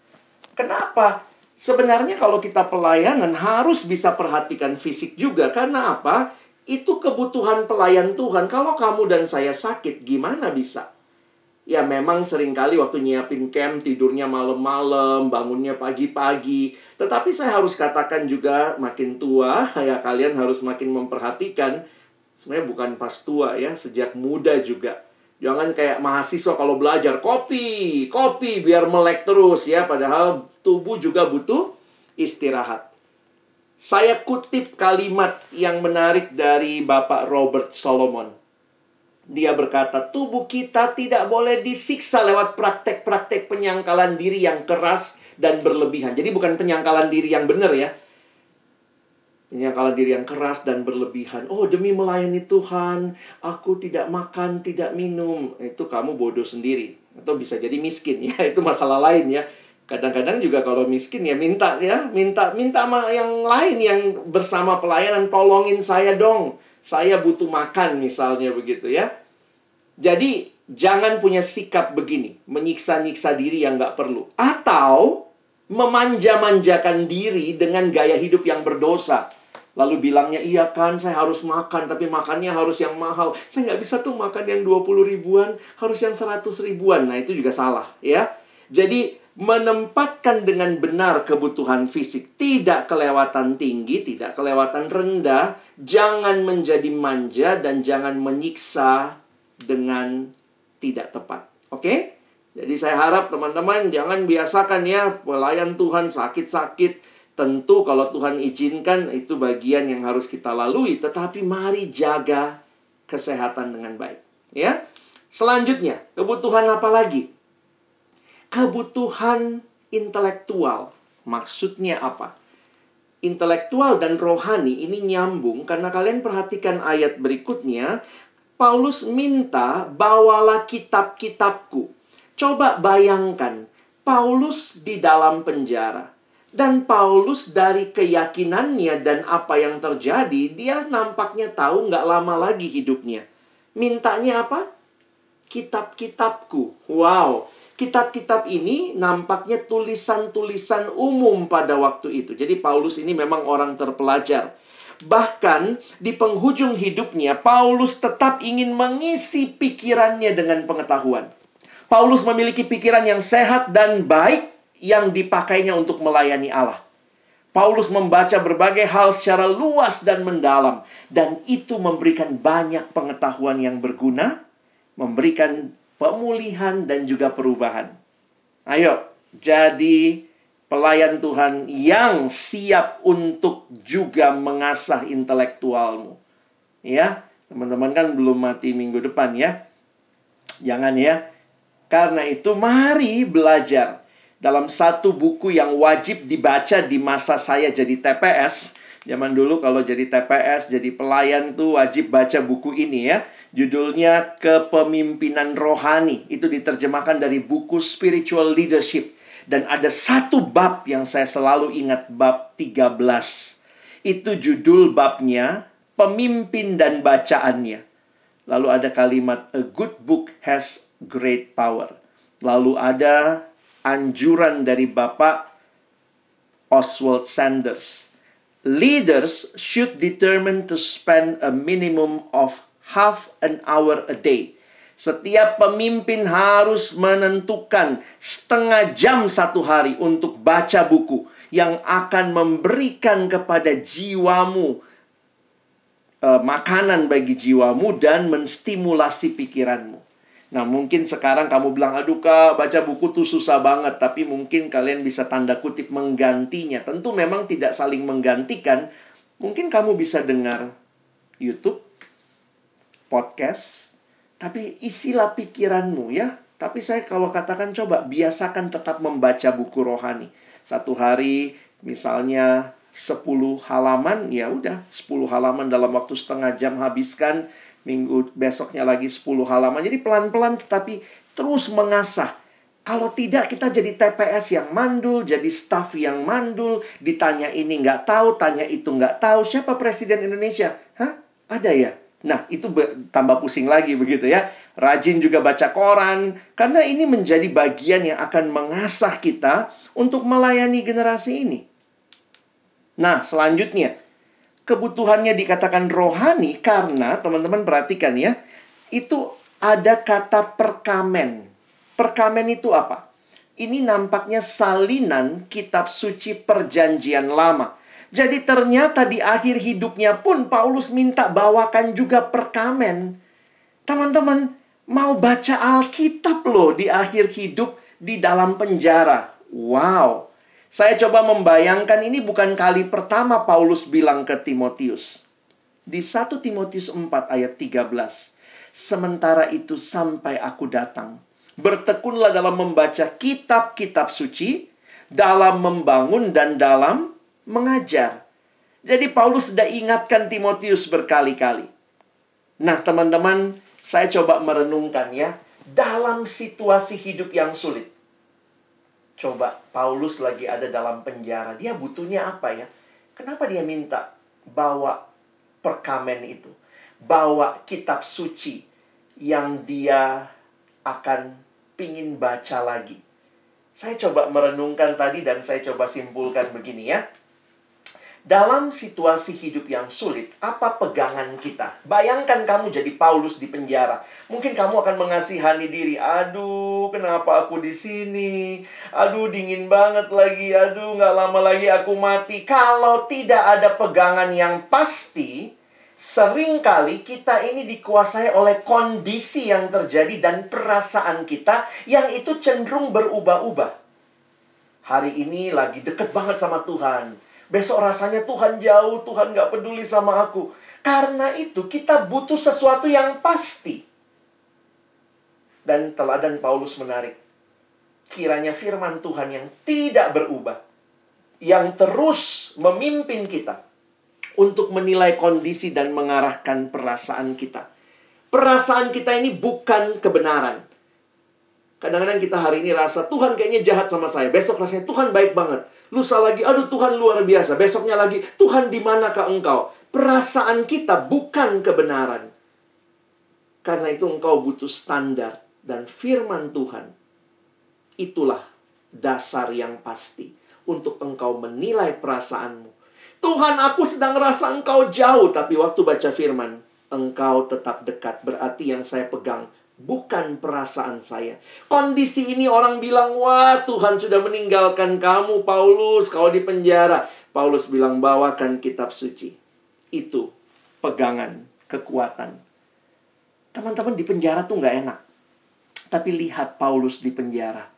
Kenapa? Sebenarnya kalau kita pelayanan harus bisa perhatikan fisik juga. Karena apa? Itu kebutuhan pelayan Tuhan. Kalau kamu dan saya sakit, gimana bisa? Ya memang seringkali waktu nyiapin camp, tidurnya malam-malam, bangunnya pagi-pagi. Tetapi saya harus katakan juga, makin tua, ya kalian harus makin memperhatikan. Sebenarnya bukan pas tua ya, sejak muda juga. Jangan kayak mahasiswa kalau belajar, kopi, biar melek terus ya. Padahal tubuh juga butuh istirahat. Saya kutip kalimat yang menarik dari Bapak Robert Solomon. Dia berkata, tubuh kita tidak boleh disiksa lewat praktek-praktek penyangkalan diri yang keras dan berlebihan. Jadi bukan penyangkalan diri yang benar ya. Penyangkalan diri yang keras dan berlebihan. Oh, demi melayani Tuhan, aku tidak makan, tidak minum. Itu kamu bodoh sendiri. Atau bisa jadi miskin ya. Itu masalah lain ya. Kadang-kadang juga kalau miskin ya minta sama yang lain yang bersama pelayanan, tolongin saya dong. Saya butuh makan misalnya begitu ya. Jadi jangan punya sikap begini, menyiksa-nyiksa diri yang nggak perlu. Atau memanja-manjakan diri dengan gaya hidup yang berdosa. Lalu bilangnya, iya kan saya harus makan, tapi makannya harus yang mahal. Saya nggak bisa tuh makan yang 20 ribuan, harus yang 100 ribuan. Nah itu juga salah ya. Jadi menempatkan dengan benar kebutuhan fisik. Tidak kelewatan tinggi, tidak kelewatan rendah. Jangan menjadi manja dan jangan menyiksa dengan tidak tepat. Oke? Jadi saya harap teman-teman jangan biasakan ya pelayan Tuhan sakit-sakit. Tentu kalau Tuhan izinkan itu bagian yang harus kita lalui. Tetapi mari jaga kesehatan dengan baik. Ya. Selanjutnya, kebutuhan apa lagi? Kebutuhan intelektual. Maksudnya apa? Intelektual dan rohani ini nyambung karena kalian perhatikan ayat berikutnya. Paulus minta, bawalah kitab-kitabku. Coba bayangkan, Paulus di dalam penjara. Dan Paulus dari keyakinannya dan apa yang terjadi, dia nampaknya tahu nggak lama lagi hidupnya. Mintanya apa? Kitab-kitabku. Wow. Kitab-kitab ini nampaknya tulisan-tulisan umum pada waktu itu. Jadi Paulus ini memang orang terpelajar. Bahkan di penghujung hidupnya, Paulus tetap ingin mengisi pikirannya dengan pengetahuan. Paulus memiliki pikiran yang sehat dan baik yang dipakainya untuk melayani Allah. Paulus membaca berbagai hal secara luas dan mendalam. Dan itu memberikan banyak pengetahuan yang berguna, memberikan pemulihan dan juga perubahan. Ayo, jadi pelayan Tuhan yang siap untuk juga mengasah intelektualmu. Ya, teman-teman kan belum mati minggu depan ya. Jangan ya. Karena itu mari belajar. Dalam satu buku yang wajib dibaca di masa saya jadi TPS. Zaman dulu kalau jadi TPS, jadi pelayan tuh wajib baca buku ini ya. Judulnya Kepemimpinan Rohani. Itu diterjemahkan dari buku Spiritual Leadership. Dan ada satu bab yang saya selalu ingat, bab 13. Itu judul babnya, Pemimpin dan Bacaannya. Lalu ada kalimat, a good book has great power. Lalu ada anjuran dari Bapak Oswald Sanders. Leaders should determine to spend a minimum of half an hour a day. Setiap pemimpin harus menentukan setengah jam satu hari untuk baca buku yang akan memberikan kepada jiwamu makanan bagi jiwamu dan menstimulasi pikiranmu. Nah, mungkin sekarang kamu bilang, aduh Kak, baca buku tuh susah banget. Tapi mungkin kalian bisa tanda kutip menggantinya. Tentu memang tidak saling menggantikan. Mungkin kamu bisa dengar YouTube, podcast, tapi isilah pikiranmu ya. Tapi saya kalau katakan coba biasakan tetap membaca buku rohani. Satu hari misalnya 10 halaman, ya udah 10 halaman dalam waktu setengah jam habiskan. Minggu besoknya lagi 10 halaman. Jadi pelan-pelan tetapi terus mengasah. Kalau tidak kita jadi TPS yang mandul, jadi staf yang mandul. Ditanya ini nggak tahu, tanya itu nggak tahu. Siapa Presiden Indonesia? Hah? Ada ya? Nah, itu tambah pusing lagi begitu ya. Rajin juga baca koran. Karena ini menjadi bagian yang akan mengasah kita untuk melayani generasi ini. Nah, selanjutnya. Kebutuhannya dikatakan rohani karena, teman-teman perhatikan ya, itu ada kata perkamen. Perkamen itu apa? Ini nampaknya salinan kitab suci perjanjian lama. Jadi ternyata di akhir hidupnya pun Paulus minta bawakan juga perkamen. Teman-teman, mau baca Alkitab loh di akhir hidup di dalam penjara. Wow. Saya coba membayangkan ini bukan kali pertama Paulus bilang ke Timotius. Di 1 Timotius 4 ayat 13. Sementara itu sampai aku datang. Bertekunlah dalam membaca kitab-kitab suci, dalam membangun dan dalam mengajar. Jadi Paulus sudah ingatkan Timotius berkali-kali. Nah teman-teman, saya coba merenungkan ya. Dalam situasi hidup yang sulit. Coba, Paulus lagi ada dalam penjara. Dia butuhnya apa ya? Kenapa dia minta bawa perkamen itu? Bawa kitab suci yang dia akan pingin baca lagi. Saya coba merenungkan tadi dan saya coba simpulkan begini ya. Dalam situasi hidup yang sulit, apa pegangan kita? Bayangkan kamu jadi Paulus di penjara. Mungkin kamu akan mengasihani diri. Aduh, kenapa aku di sini? Aduh, dingin banget lagi. Aduh, nggak lama lagi aku mati. Kalau tidak ada pegangan yang pasti, seringkali kita ini dikuasai oleh kondisi yang terjadi dan perasaan kita yang itu cenderung berubah-ubah. Hari ini lagi deket banget sama Tuhan. Besok rasanya Tuhan jauh, Tuhan gak peduli sama aku. Karena itu kita butuh sesuatu yang pasti. Dan teladan Paulus menarik. Kiranya firman Tuhan yang tidak berubah, yang terus memimpin kita untuk menilai kondisi dan mengarahkan perasaan kita. Perasaan kita ini bukan kebenaran. Kadang-kadang kita hari ini rasa Tuhan kayaknya jahat sama saya. Besok rasanya Tuhan baik banget. Lusa lagi, aduh Tuhan luar biasa. Besoknya lagi, Tuhan di manakah engkau? Perasaan kita bukan kebenaran. Karena itu engkau butuh standar dan firman Tuhan. Itulah dasar yang pasti untuk engkau menilai perasaanmu. Tuhan, aku sedang rasa engkau jauh. Tapi waktu baca firman, engkau tetap dekat. Berarti yang saya pegang bukan perasaan saya. Kondisi ini orang bilang, wah Tuhan sudah meninggalkan kamu Paulus, kau di penjara. Paulus bilang, bawakan kitab suci. Itu pegangan, kekuatan. Teman-teman, di penjara tuh gak enak. Tapi lihat Paulus di penjara.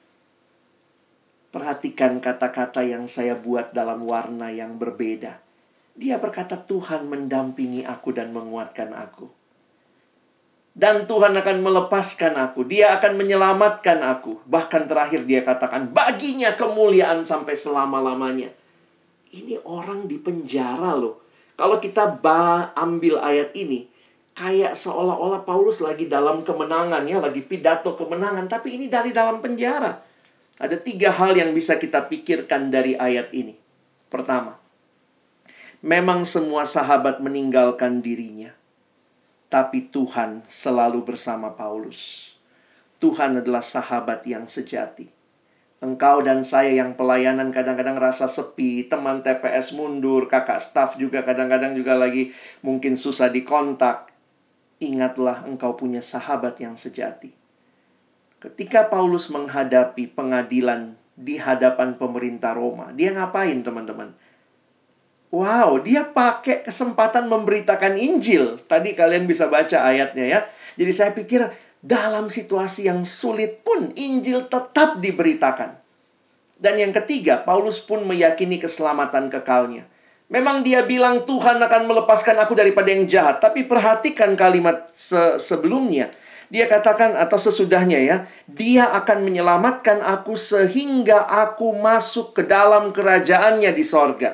Perhatikan kata-kata yang saya buat dalam warna yang berbeda. Dia berkata, Tuhan mendampingi aku dan menguatkan aku. Dan Tuhan akan melepaskan aku. Dia akan menyelamatkan aku. Bahkan terakhir dia katakan, baginya kemuliaan sampai selama-lamanya. Ini orang di penjara loh. Kalau kita ambil ayat ini, kayak seolah-olah Paulus lagi dalam kemenangan ya, lagi pidato kemenangan. Tapi ini dari dalam penjara. Ada 3 hal yang bisa kita pikirkan dari ayat ini. Pertama, memang semua sahabat meninggalkan dirinya. Tapi Tuhan selalu bersama Paulus. Tuhan adalah sahabat yang sejati. Engkau dan saya yang pelayanan kadang-kadang rasa sepi, teman TPS mundur, kakak staf juga kadang-kadang juga lagi mungkin susah dikontak. Ingatlah engkau punya sahabat yang sejati. Ketika Paulus menghadapi pengadilan di hadapan pemerintah Roma, dia ngapain teman-teman? Wow, dia pakai kesempatan memberitakan Injil. Tadi kalian bisa baca ayatnya ya. Jadi saya pikir Dalam situasi yang sulit pun, Injil tetap diberitakan. Dan yang ketiga, Paulus pun meyakini keselamatan kekalnya. Memang dia bilang Tuhan akan melepaskan aku daripada yang jahat. Tapi perhatikan kalimat sebelumnya. Dia katakan atau sesudahnya ya, dia akan menyelamatkan aku sehingga aku masuk ke dalam kerajaannya di sorga.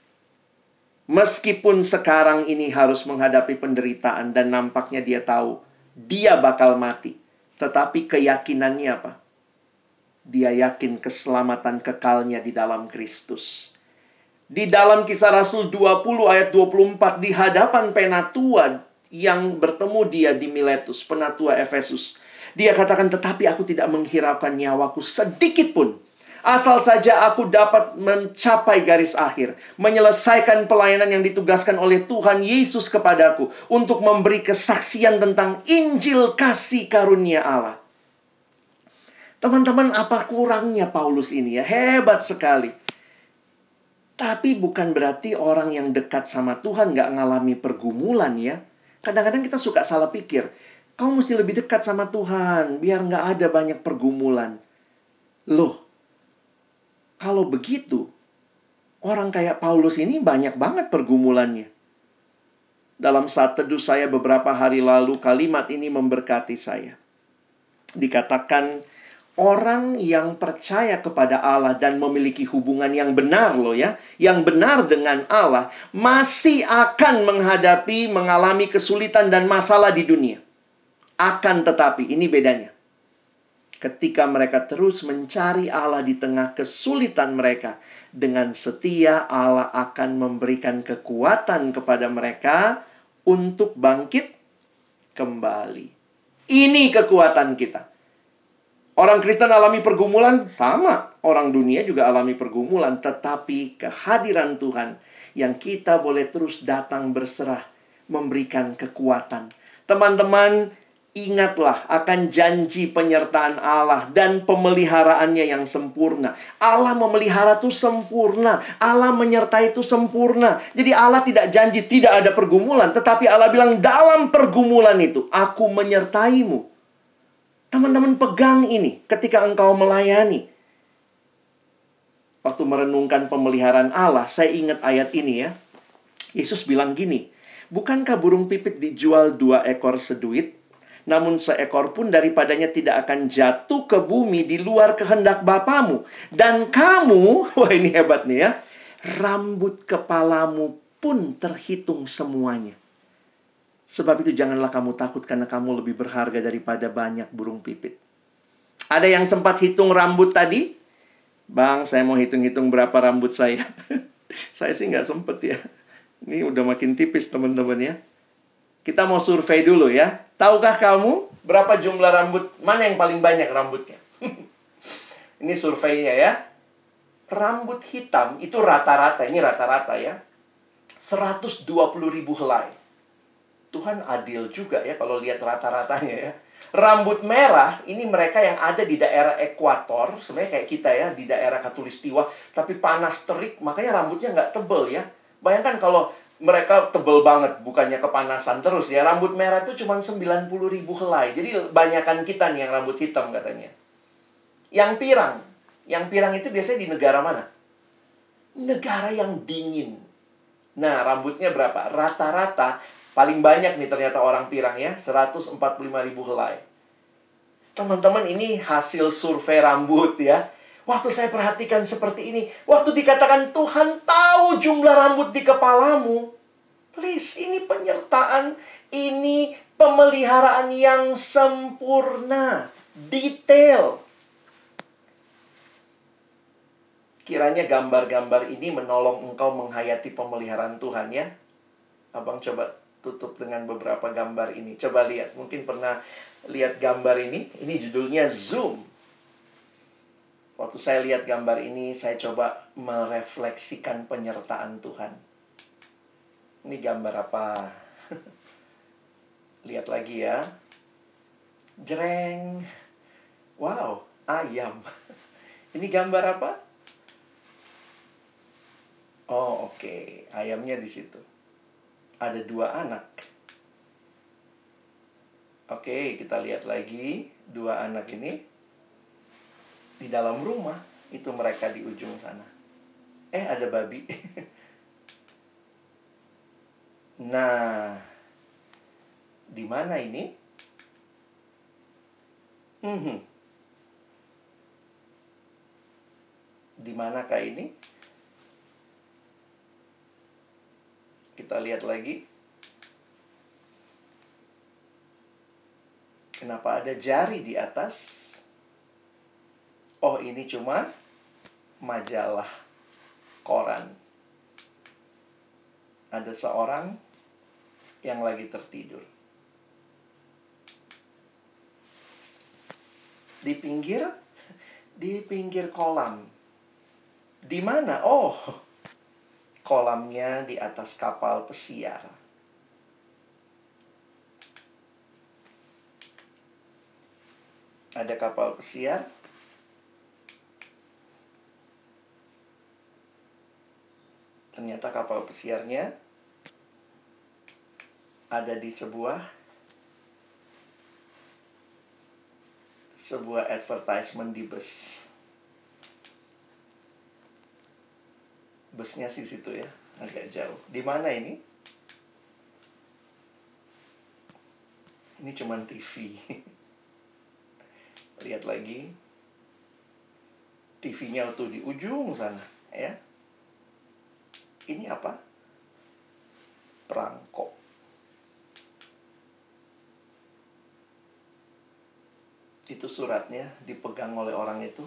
Meskipun sekarang ini harus menghadapi penderitaan dan nampaknya dia tahu dia bakal mati. Tetapi keyakinannya apa? Dia yakin keselamatan kekalnya di dalam Kristus. Di dalam Kisah Rasul 20 ayat 24, di hadapan penatua yang bertemu dia di Miletus, penatua Efesus, dia katakan, tetapi aku tidak menghiraukan nyawaku sedikit pun, asal saja aku dapat mencapai garis akhir, menyelesaikan pelayanan yang ditugaskan oleh Tuhan Yesus kepadaku untuk memberi kesaksian tentang Injil kasih karunia Allah. Teman-teman, apa kurangnya Paulus ini ya? Hebat sekali. Tapi bukan berarti orang yang dekat sama Tuhan nggak ngalami pergumulan ya. Kadang-kadang kita suka salah pikir. Kamu mesti lebih dekat sama Tuhan, biar nggak ada banyak pergumulan. Loh, kalau begitu, orang kayak Paulus ini banyak banget pergumulannya. Dalam saat teduh saya beberapa hari lalu, kalimat ini memberkati saya. Dikatakan, orang yang percaya kepada Allah dan memiliki hubungan yang benar loh ya, yang benar dengan Allah, masih akan mengalami kesulitan dan masalah di dunia. Akan tetapi, ini bedanya. Ketika mereka terus mencari Allah di tengah kesulitan mereka, dengan setia Allah akan memberikan kekuatan kepada mereka untuk bangkit kembali. Ini kekuatan kita. Orang Kristen alami pergumulan, sama. Orang dunia juga alami pergumulan. Tetapi kehadiran Tuhan yang kita boleh terus datang berserah, memberikan kekuatan. Teman-teman, ingatlah akan janji penyertaan Allah dan pemeliharaannya yang sempurna. Allah memelihara itu sempurna. Allah menyertai itu sempurna. Jadi Allah tidak janji tidak ada pergumulan. Tetapi Allah bilang dalam pergumulan itu, aku menyertaimu. Teman-teman pegang ini ketika engkau melayani. Waktu merenungkan pemeliharaan Allah, saya ingat ayat ini ya. Yesus bilang gini, bukankah burung pipit dijual 2 ekor seduit? Namun seekor pun daripadanya tidak akan jatuh ke bumi di luar kehendak Bapamu. Dan kamu, wah ini hebat nih ya, rambut kepalamu pun terhitung semuanya. Sebab itu janganlah kamu takut karena kamu lebih berharga daripada banyak burung pipit. Ada yang sempat hitung rambut tadi? Bang, saya mau hitung-hitung berapa rambut saya. Saya sih nggak sempet ya. Ini udah makin tipis teman-teman ya. Kita mau survei dulu ya. Tahukah kamu berapa jumlah rambut? Mana yang paling banyak rambutnya? Ini surveinya ya. Rambut hitam itu rata-rata, ini rata-rata ya. 120.000 helai. Tuhan adil juga ya kalau lihat rata-ratanya ya. Rambut merah, ini mereka yang ada di daerah ekuator. Sebenarnya kayak kita ya, di daerah Khatulistiwa. Tapi panas terik, makanya rambutnya nggak tebel ya. Bayangkan kalau mereka tebel banget, bukannya kepanasan terus ya. Rambut merah itu cuma 90.000 helai. Jadi banyakan kita nih yang rambut hitam katanya. Yang pirang itu biasanya di negara mana? Negara yang dingin. Nah, rambutnya berapa? Rata-rata paling banyak nih ternyata orang pirang ya, 145.000 helai. Teman-teman, ini hasil survei rambut ya. Waktu saya perhatikan seperti ini, waktu dikatakan Tuhan tahu jumlah rambut di kepalamu. Please, ini penyertaan, ini pemeliharaan yang sempurna, detail. Kiranya gambar-gambar ini menolong engkau menghayati pemeliharaan Tuhan ya. Abang coba tutup dengan beberapa gambar ini. Coba lihat, mungkin pernah lihat gambar ini. Ini judulnya Zoom. Waktu saya lihat gambar ini, saya coba merefleksikan penyertaan Tuhan. Ini gambar apa? Lihat lagi ya. Jreng. Wow, ayam. Ini gambar apa? Oh, oke. Ayamnya di situ. Ada 2 anak. Oke, kita lihat lagi dua anak ini di dalam rumah. Itu mereka di ujung sana. Ada babi. Nah, di mana ini? Di manakah ini? Kita lihat lagi. Kenapa ada jari di atas? Oh, ini cuma majalah koran. Ada seorang yang lagi tertidur. Di pinggir kolam. Di mana? Oh, kolamnya di atas kapal pesiar. Ada kapal pesiar. Ternyata kapal pesiarnya ada di sebuah advertisement di bus. Busnya sih situ ya, agak jauh. Di mana ini? Ini cuman TV. Lihat lagi. TV-nya tuh di ujung sana, ya. Ini apa? Perangko. Itu suratnya dipegang oleh orang itu.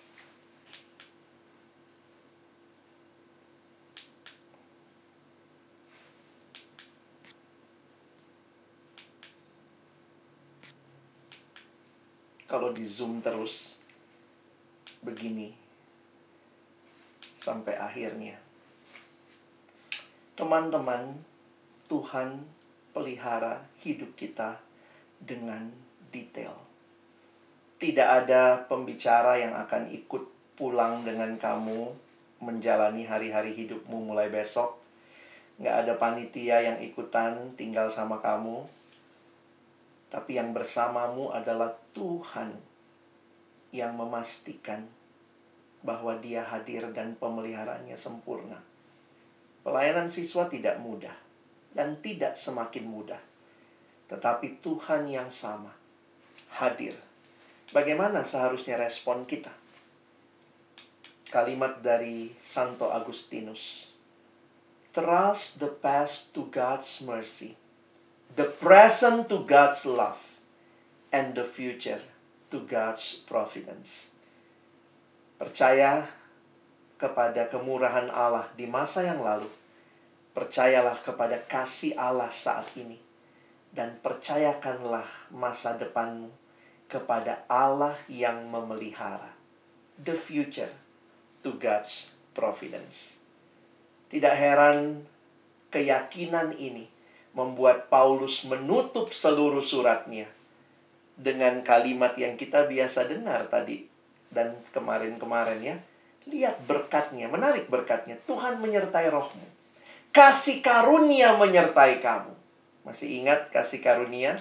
Kalau di zoom terus begini sampai akhirnya. Teman-teman, Tuhan pelihara hidup kita dengan detail. Tidak ada pembicara yang akan ikut pulang dengan kamu menjalani hari-hari hidupmu mulai besok. Nggak ada panitia yang ikutan tinggal sama kamu. Tapi yang bersamamu adalah Tuhan yang memastikan bahwa Dia hadir dan pemeliharanya sempurna. Pelayanan siswa tidak mudah dan tidak semakin mudah. Tetapi Tuhan yang sama hadir. Bagaimana seharusnya respon kita? Kalimat dari Santo Agustinus. Trust the past to God's mercy, the present to God's love, and the future to God's providence. Percaya kepada kemurahan Allah di masa yang lalu. Percayalah kepada kasih Allah saat ini. Dan percayakanlah masa depanmu kepada Allah yang memelihara. The future to God's providence. Tidak heran keyakinan ini membuat Paulus menutup seluruh suratnya dengan kalimat yang kita biasa dengar tadi dan kemarin-kemarin ya. Lihat berkatnya, menarik berkatnya. Tuhan menyertai rohmu. Kasih karunia menyertai kamu. Masih ingat kasih karunia?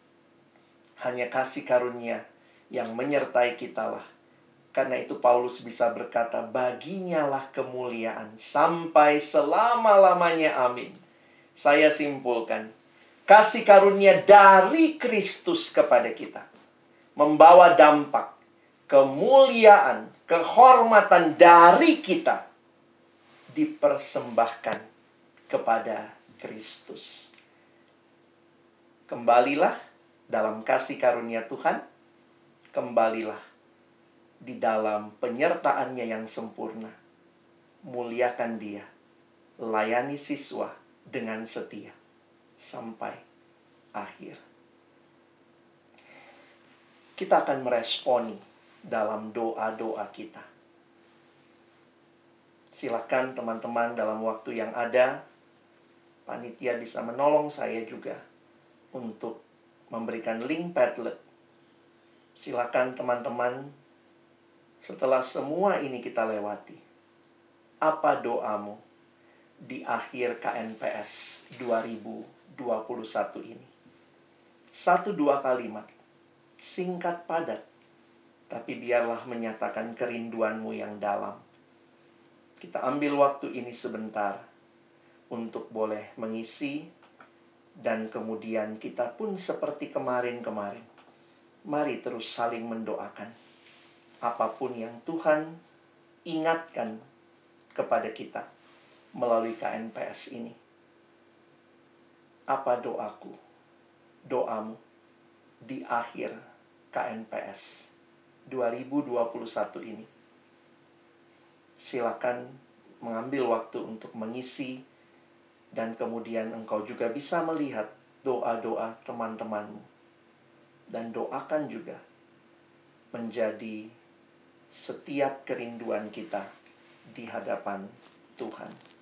Hanya kasih karunia yang menyertai kita lah. Karena itu Paulus bisa berkata, baginya lah kemuliaan sampai selama-lamanya. Amin. Saya simpulkan, kasih karunia dari Kristus kepada kita membawa dampak kemuliaan, kehormatan dari kita dipersembahkan kepada Kristus. Kembalilah dalam kasih karunia Tuhan. Kembalilah di dalam penyertaannya yang sempurna. Muliakan Dia. Layani siswa dengan setia sampai akhir. Kita akan meresponi dalam doa-doa kita. Silakan teman-teman dalam waktu yang ada, panitia bisa menolong saya juga untuk memberikan link Padlet. Silakan teman-teman, setelah semua ini kita lewati, apa doamu di akhir KNPS 2021 ini? 1-2 kalimat, singkat padat, tapi biarlah menyatakan kerinduanmu yang dalam. Kita ambil waktu ini sebentar untuk boleh mengisi, dan kemudian kita pun seperti kemarin-kemarin. Mari terus saling mendoakan. Apapun yang Tuhan ingatkan kepada kita melalui KNPS ini. Apa doaku, doamu di akhir KNPS 2021 ini? Silakan mengambil waktu untuk mengisi, dan kemudian engkau juga bisa melihat doa-doa teman-temanmu. Dan doakan juga menjadi setiap kerinduan kita di hadapan Tuhan.